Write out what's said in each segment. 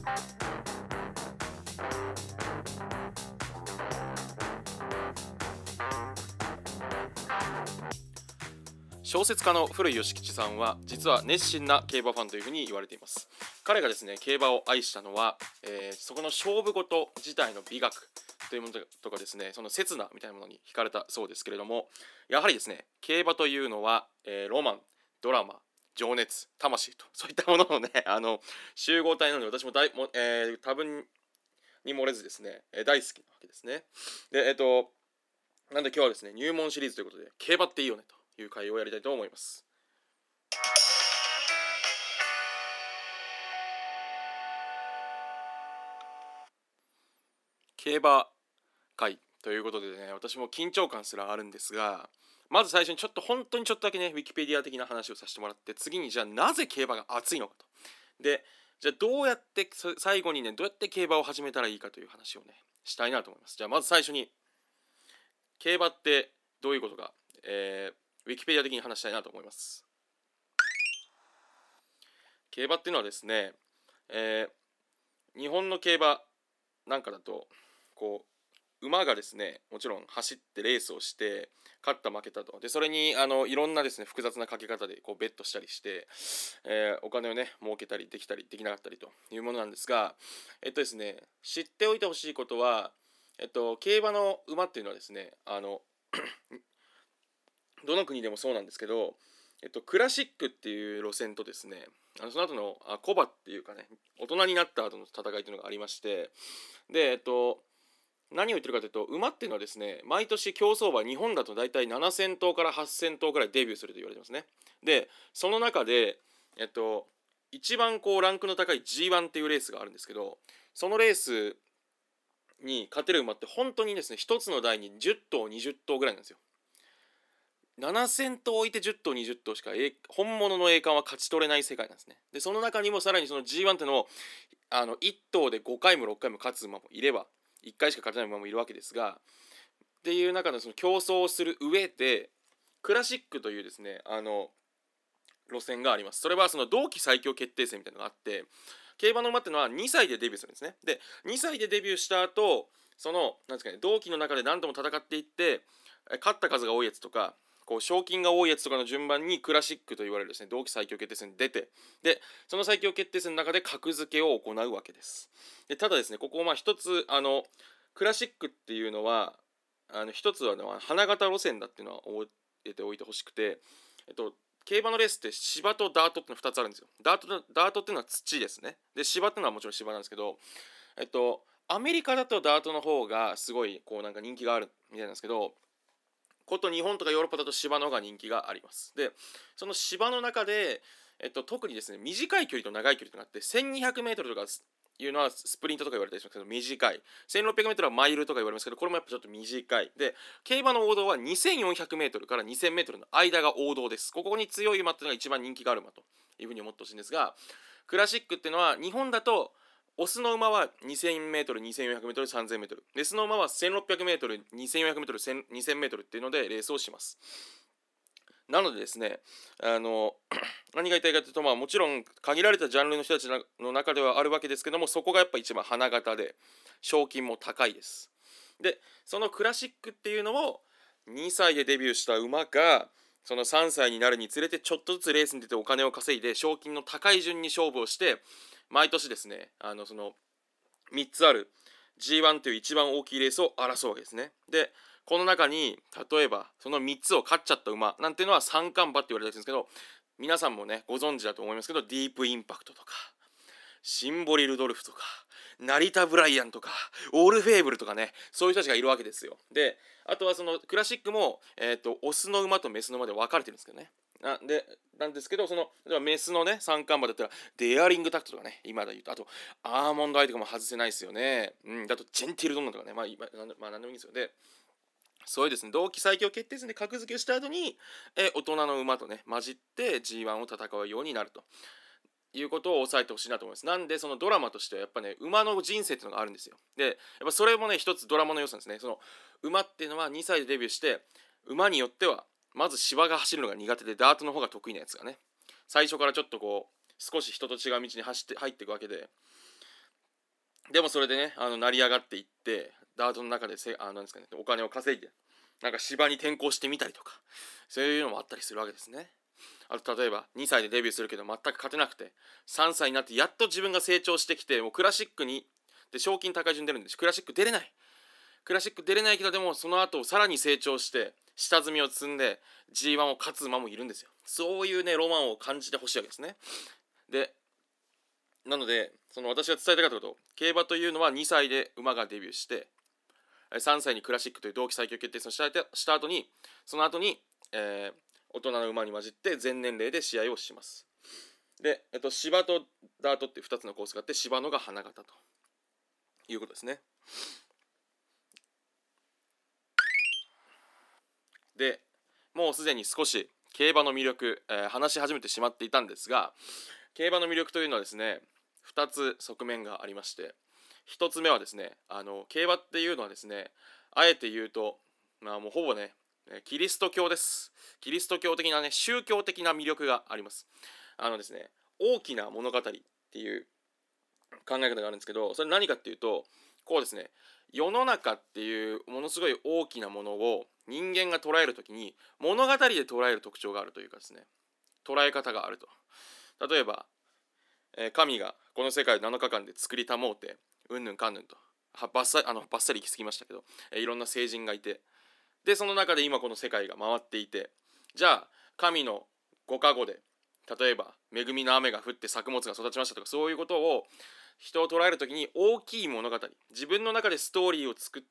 小説家の古井義吉さんは実は熱心な競馬ファンというふうに言われています。彼がですね、競馬を愛したのは、そこの勝負事自体の美学というものとかですね、その刹那みたいなものに惹かれたそうですけれども、やはりですね、競馬というのは、ロマン、ドラマ、情熱、魂と、そういったもののね、集合体なので、私も多分に漏れずですね、大好きなわけですね。で、なんで今日はですね、入門シリーズということで、競馬っていいよねという回をやりたいと思います。競馬回ということでね、私も緊張感すらあるんですが、まず最初に本当にちょっとだけね、ウィキペディア的な話をさせてもらって、次にじゃあなぜ競馬が熱いのかと。で、じゃあどうやって最後にね、どうやって競馬を始めたらいいかという話をね、したいなと思います。じゃあまず最初に、競馬ってどういうことか、ウィキペディア的に話したいなと思います。競馬っていうのはですね、日本の競馬なんかだとこう馬がですね、もちろん走ってレースをして勝った負けたと、でそれにいろんなですね複雑なかけ方でこうベットしたりして、お金をね儲けたりできたりできなかったりというものなんですが、ですね、知っておいてほしいことは、競馬の馬っていうのはですね、どの国でもそうなんですけど、クラシックっていう路線とですね、その後のコバっていうかね、大人になった後の戦いというのがありまして、で、何を言ってるかというと、馬っていうのはですね、毎年競走馬、日本だと大体7000頭から8000頭ぐらいデビューすると言われてますね。で、その中で、一番こうランクの高い G1 っていうレースがあるんですけど、そのレースに勝てる馬って本当にですね、一つの台に10頭、20頭ぐらいなんですよ。7000頭置いて10頭、20頭しか本物の栄冠は勝ち取れない世界なんですね。で、その中にもさらにその G1 っていうのを1頭で5回も6回も勝つ馬もいれば、1回しか勝てない馬もいるわけですが、っていう中でその競争をする上で、クラシックというですね、路線があります。それはその同期最強決定戦みたいなのがあって、競馬の馬っていうのは2歳でデビューするんですね。で、2歳でデビューした後、そのなんですかね、同期の中で何度も戦っていって、勝った数が多いやつとか、こう賞金が多いやつとかの順番にクラシックと言われるですね、同期最強決定戦に出て、でその最強決定戦の中で格付けを行うわけです。でただですね、ここ一つクラシックっていうのは一つは、ね、花形路線だっていうのは覚えておいてほしくて、競馬のレースって芝とダートっての2つあるんですよ。ダートっていうのは土ですね。で芝っていうのはもちろん芝なんですけど、アメリカだとダートの方がすごいこうなんか人気があるみたいなんですけど、日本とかヨーロッパだと芝の方が人気があります。でその芝の中で、特にですね、短い距離と長い距離となって 1200m とかいうのはスプリントとか言われたりしますけど短い、 1600m はマイルとか言われますけど、これもやっぱちょっと短いで、競馬の王道は 2400m から 2000m の間が王道です。ここに強い馬っていうのが一番人気がある馬というふうに思ってほしいんですが、クラシックっていうのは日本だとオスの馬は 2000m、2400m、3000m。メスの馬は 1600m、2400m、2000m っていうのでレースをします。なのでですね、何が言いたいかというと、もちろん限られたジャンルの人たちの中ではあるわけですけども、そこがやっぱ一番花形で、賞金も高いです。で、そのクラシックっていうのを2歳でデビューした馬が、その3歳になるにつれてちょっとずつレースに出てお金を稼いで、賞金の高い順に勝負をして、毎年ですね、その3つある G1 という一番大きいレースを争うわけですね。でこの中に例えばその3つを勝っちゃった馬なんていうのは三冠馬って言われたりするんですけど、皆さんもねご存知だと思いますけど、ディープインパクトとかシンボリルドルフとか成田ブライアンとかオールフェーブルとかね、そういう人たちがいるわけですよ。であとはそのクラシックも、オスの馬とメスの馬で分かれてるんですけどね。なんですけど、その例えばメスのね三冠馬だったらデアリングタクトとかね、今で言うと、あとアーモンドアイとかも外せないですよね。だとジェンティルドンナとかね、何でもいいんですよ。でそういうですね、同期最強決定戦で格付けした後に、大人の馬とね混じって G1 を戦うようになるということを押さえてほしいなと思います。なんでそのドラマとしてはやっぱね、馬の人生っていうのがあるんですよ。でやっぱそれもね一つドラマの良さですね。その馬っていうのは2歳でデビューして、馬によってはまず芝が走るのが苦手でダートの方が得意なやつがね、最初からちょっとこう少し人と違う道に入っていくわけで、 でもそれでね成り上がっていって、ダートの中でなんですかね、お金を稼いでなんか芝に転向してみたりとか、そういうのもあったりするわけですね。あと例えば2歳でデビューするけど全く勝てなくて、3歳になってやっと自分が成長してきて、もうクラシックにで賞金高い順出るんです。クラシック出れない、クラシック出れないけど、でもその後さらに成長して下積みを積んで G1 を勝つ馬もいるんですよ。そういうねロマンを感じてほしいわけですね。でなのでその私が伝えたかったこと、競馬というのは2歳で馬がデビューして、3歳にクラシックという同期最強決定戦をした後に、その後に、大人の馬に混じって全年齢で試合をします。で、芝とダートって2つのコースがあって、芝のが花形ということですね。でもうすでに少し競馬の魅力、話し始めてしまっていたんですが、競馬の魅力というのはですね、2つ側面がありまして、1つ目はですね、競馬っていうのはですね、あえて言うと、もうほぼね、キリスト教です。キリスト教的なね、宗教的な魅力があります。ですね、大きな物語っていう考え方があるんですけど、それ何かっていうと、こうですね、世の中っていうものすごい大きなものを人間が捉えるときに物語で捉える特徴があるというかですね、捉え方があると。例えば、神がこの世界を7日間で作りたもうてうんぬんかんぬんとバッサリ行き過ぎましたけど、いろんな聖人がいて、でその中で今この世界が回っていて、じゃあ神のご加護で例えば恵みの雨が降って作物が育ちましたとか、そういうことを人を捉えるときに大きい物語、自分の中でストーリーを作って、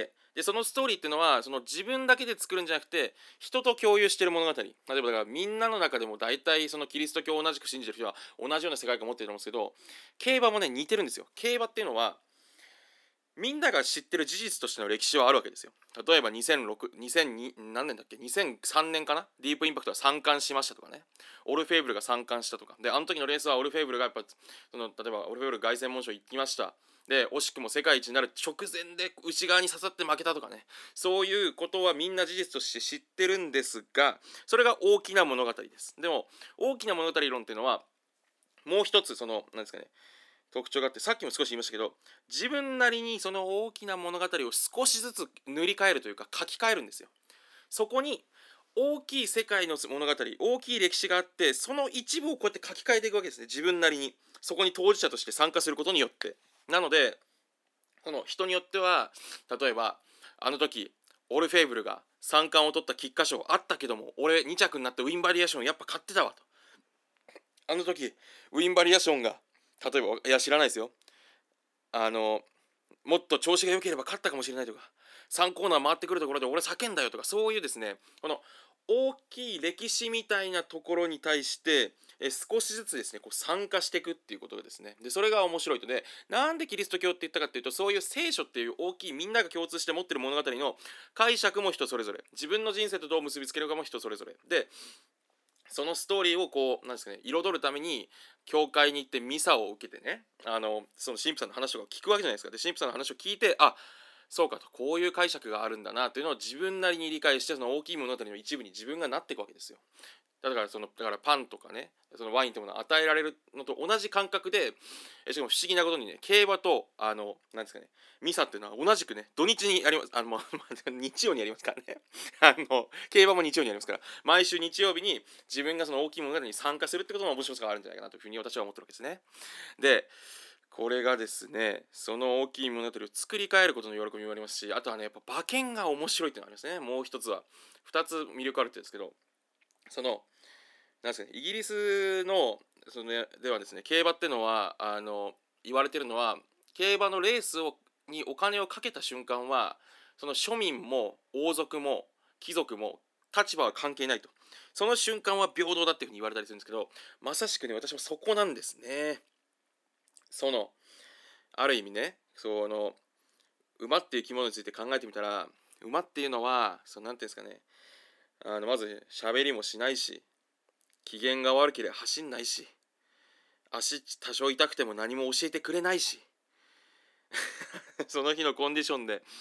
でそのストーリーっていうのはその自分だけで作るんじゃなくて人と共有している物語、例えばだからみんなの中でも大体そのキリスト教を同じく信じてる人は同じような世界観を持ってると思うんですけど、競馬もね似てるんですよ。競馬っていうのはみんなが知ってる事実としての歴史はあるわけですよ。例えば2006、2002何年だっけ、2003年かな、ディープインパクトが3冠しましたとかね、オルフェーブルが3冠したとかで、あの時のレースはオルフェーブルがやっぱ例えばオルフェーブル凱旋門賞行きました、で惜しくも世界一になる直前で内側に刺さって負けたとかね、そういうことはみんな事実として知ってるんですが、それが大きな物語です。でも大きな物語論っていうのはもう一つその何ですかね、特徴があって、さっきも少し言いましたけど、自分なりにその大きな物語を少しずつ塗り替えるというか書き換えるんですよ。そこに大きい世界の物語、大きい歴史があって、その一部をこうやって書き換えていくわけですね。自分なりに。そこに当事者として参加することによって。なので、その人によっては、例えば、あの時、オルフェーブルが三冠を取った菊花賞あったけども、俺2着になってウィンバリエーションやっぱ勝ってたわと。あの時、ウィンバリエーションが、例えば、いや知らないですよ。あのもっと調子が良ければ勝ったかもしれないとか、3コーナー回ってくるところで俺叫んだよとか、そういうですね、この大きい歴史みたいなところに対して少しずつですねこう参加していくっていうことがですね、でそれが面白いと。でなんでキリスト教って言ったかっていうと、そういう聖書っていう大きいみんなが共通して持ってる物語の解釈も人それぞれ、自分の人生とどう結びつけるかも人それぞれで、そのストーリーをこうなんですかね、彩るために教会に行ってミサを受けてね、その神父さんの話とかを聞くわけじゃないですか。で神父さんの話を聞いて、あ、そうかと、こういう解釈があるんだなというのを自分なりに理解して、その大きい物語の一部に自分がなっていくわけですよ。だからパンとかね、そのワインというものを与えられるのと同じ感覚で、しかも不思議なことにね、競馬となんですかね、ミサっていうのは同じくね、土日にやります。日曜にやりますからね。競馬も日曜にやりますから、毎週日曜日に自分がその大きい物語に参加するってことの面白さがあるんじゃないかなというふうに私は思ってるわけですね。で、これがですね、その大きい物語を作り変えることの喜びもありますし、あとはね、やっぱ馬券が面白いっていうのがありますね。もう一つは、二つ魅力あるって言うんですけど、そのなんですかね、イギリスのではですね、競馬ってのは言われてるのは、競馬のレースにお金をかけた瞬間は、その庶民も王族も貴族も立場は関係ないと。その瞬間は平等だっていうふうに言われたりするんですけど、まさしくね、私もそこなんですね。そのある意味ね、馬っていう生き物について考えてみたら、馬っていうのはなんていうんですかね、まず喋りもしないし、機嫌が悪ければ走んないし、足多少痛くても何も教えてくれないしその日のコンディションで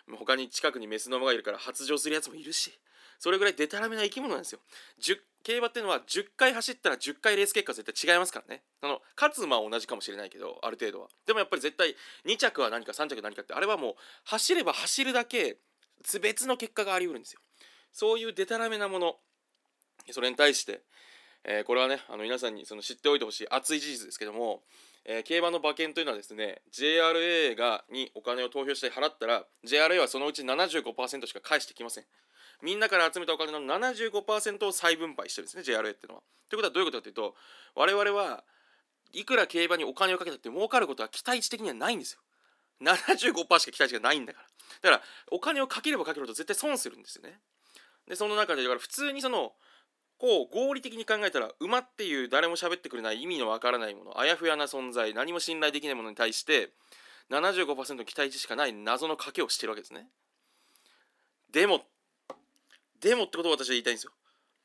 他に近くにメスの馬がいるから発情するやつもいるし、それぐらいデタラメな生き物なんですよ。競馬っていうのは10回走ったら10回レース結果絶対違いますからね。勝つ馬は同じかもしれないけど、ある程度は。でもやっぱり絶対2着は何か3着は何かって、あれはもう走れば走るだけ別の結果があり得るんですよ。そういうデタラメなもの、それに対して、これはね、皆さんに知っておいてほしい熱い事実ですけども、競馬の馬券というのはですね、 JRA にお金を投票して払ったら JRA はそのうち 75% しか返してきません。みんなから集めたお金の 75% を再分配してるんですね、 JRA っていうのは。ということはどういうことかというと、我々はいくら競馬にお金をかけたって儲かることは期待値的にはないんですよ。75% しか期待値がないんだから。だからお金をかければかけるほど絶対損するんですよね。でその中でだから普通に合理的に考えたら、馬っていう誰も喋ってくれない意味のわからないもの、あやふやな存在、何も信頼できないものに対して 75% 期待値しかない謎の賭けをしてるわけですね。でもってことを私は言いたいんですよ。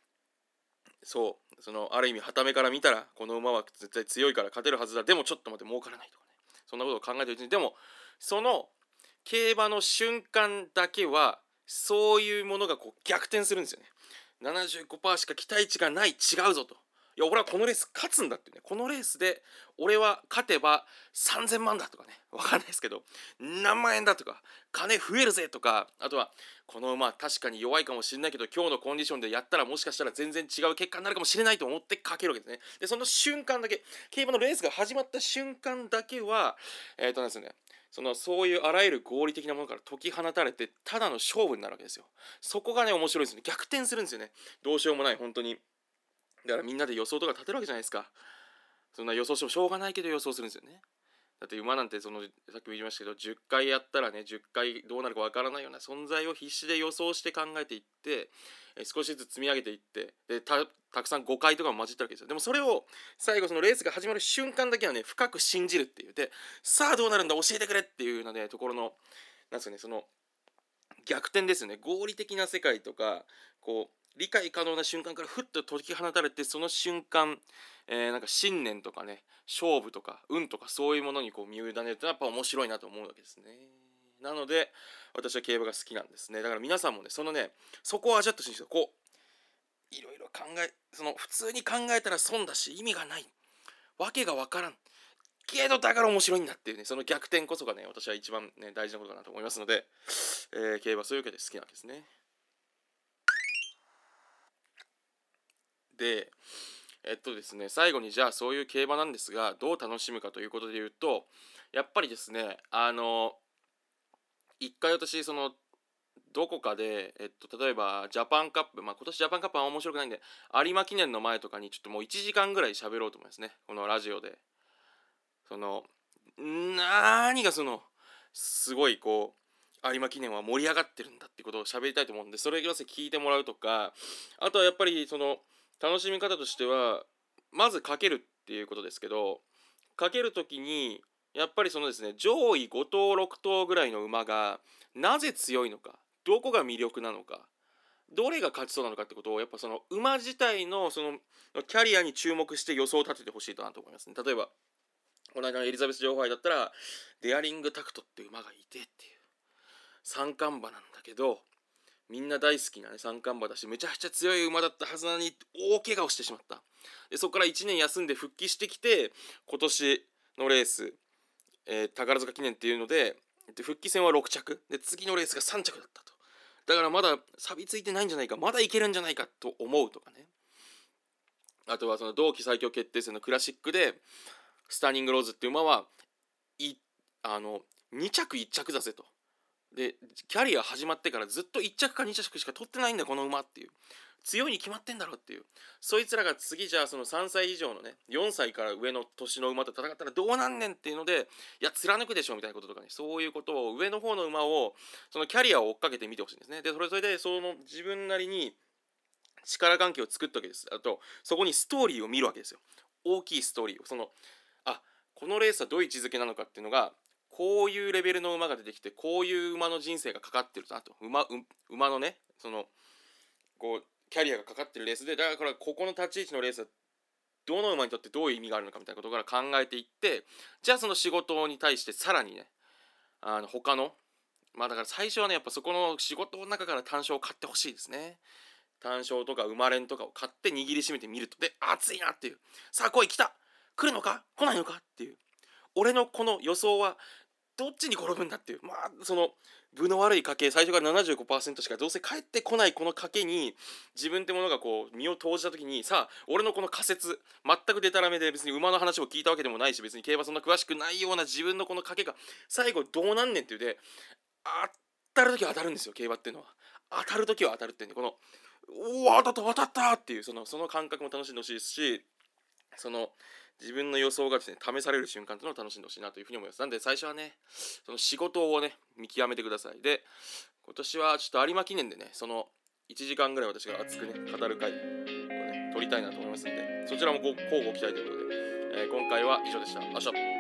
ある意味傍目から見たらこの馬は絶対強いから勝てるはずだ、でもちょっと待って儲からないとかね、そんなことを考えてるうちに、でもその競馬の瞬間だけはそういうものが逆転するんですよね。75% しか期待値がない、違うぞと。いや俺はこのレース勝つんだってね、このレースで俺は勝てば3000万だとかね、わかんないですけど何万円だとか金増えるぜとか、あとはこの馬確かに弱いかもしれないけど今日のコンディションでやったらもしかしたら全然違う結果になるかもしれないと思ってかけるわけですね。でその瞬間だけ、競馬のレースが始まった瞬間だけはですね、そういうあらゆる合理的なものから解き放たれてただの勝負になるわけですよ。そこがね面白いですね。逆転するんですよね。どうしようもない本当に。だからみんなで予想とか立てるわけじゃないですか。そんな予想してもしょうがないけど予想するんですよね。だって馬なんてさっきも言いましたけど10回やったらね10回どうなるかわからないような存在を必死で予想して考えていって、少しずつ積み上げていって、でたくさん誤解とかも混じったわけですよ。でもそれを最後レースが始まる瞬間だけはね深く信じるっていう、でさあどうなるんだ教えてくれっていうようなねところのなんですかね、逆転ですよね。合理的な世界とか理解可能な瞬間からふっと解き放たれて、その瞬間、なんか信念とかね勝負とか運とかそういうものに身を委ねるというのはやっぱ面白いなと思うわけですね。なので私は競馬が好きなんですね。だから皆さんもねそこを味わってほしいんですよ。いろいろ考え普通に考えたら損だし意味がない、わけがわからんけどだから面白いんだっていうね、その逆転こそがね私は一番ね大事なことかなと思いますので、競馬そういうわけで好きなわけですね。でですね、最後にじゃあそういう競馬なんですがどう楽しむかということで言うと、やっぱりですね一回私どこかで、例えばジャパンカップ、今年ジャパンカップは面白くないんで有馬記念の前とかにちょっともう1時間ぐらい喋ろうと思いますね、このラジオで。その何がすごい有馬記念は盛り上がってるんだっていうことを喋りたいと思うんで、それを聞いてもらうとか、あとはやっぱり楽しみ方としてはまずかけるっていうことですけど、かけるときにやっぱりですね、上位5頭6頭ぐらいの馬がなぜ強いのか、どこが魅力なのか、どれが勝ちそうなのかってことをやっぱ馬自体のキャリアに注目して予想を立ててほしいなと思いますね。例えばこの間のエリザベス女王杯だったらデアリングタクトって馬がいてっていう三冠馬なんだけど、みんな大好きなね三冠馬だしめちゃくちゃ強い馬だったはずなのに大怪我をしてしまった。でそこから1年休んで復帰してきて今年のレース、宝塚記念っていうので復帰戦は6着で次のレースが3着だったと。だからまだ錆びついてないんじゃないか、まだいけるんじゃないかと思うとかね。あとは同期最強決定戦のクラシックでスターニングローズっていう馬はいあの2着1着だぜと。でキャリア始まってからずっと1着か2着しか取ってないんだこの馬っていう、強いに決まってんだろっていう、そいつらが次じゃあ3歳以上のね4歳から上の年の馬と戦ったらどうなんねんっていうので、いや貫くでしょみたいなこととかね、そういうことを上の方の馬をキャリアを追っかけてみてほしいんですね。でそれで自分なりに力関係を作ったわけです。あとそこにストーリーを見るわけですよ。大きいストーリーをこのレースはどういう位置づけなのかっていうのが、こういうレベルの馬が出てきてこういう馬の人生がかかってるなと、馬のねキャリアがかかってるレースで、だからここの立ち位置のレースはどの馬にとってどういう意味があるのかみたいなことから考えていって、じゃあその仕事に対してさらにね他のまあだから最初はね、やっぱそこの仕事の中から単勝を買ってほしいですね。単勝とか生まれんとかを買って握りしめてみると、で、熱いなっていう。さあ来い、来た、来るのか来ないのかっていう。俺のこの予想はどっちに転ぶんだっていう、まあ、その、分の悪い賭け、最初から75%しかどうせ返ってこないこの賭けに、自分ってものがこう、身を投じた時に、さあ、俺のこの仮説、全くデタラメで別に馬の話も聞いたわけでもないし、別に競馬そんな詳しくないような自分のこの賭けが、最後どうなんねんっていうで、当たる時は当たるんですよ、競馬っていうのは。当たる時は当たるっていうね、この、おお、当たった当たったっていう、その感覚も楽しんでほしいですし、その自分の予想がですね、試される瞬間というのを楽しんでほしいなというふうに思います。なんで最初はね、その仕事をね、見極めてください。で、今年はちょっと有馬記念でね、その1時間ぐらい私が熱くね、語る回をね、撮りたいなと思いますんで、そちらもこう交互期待ということで、今回は以上でした。あっしゃ。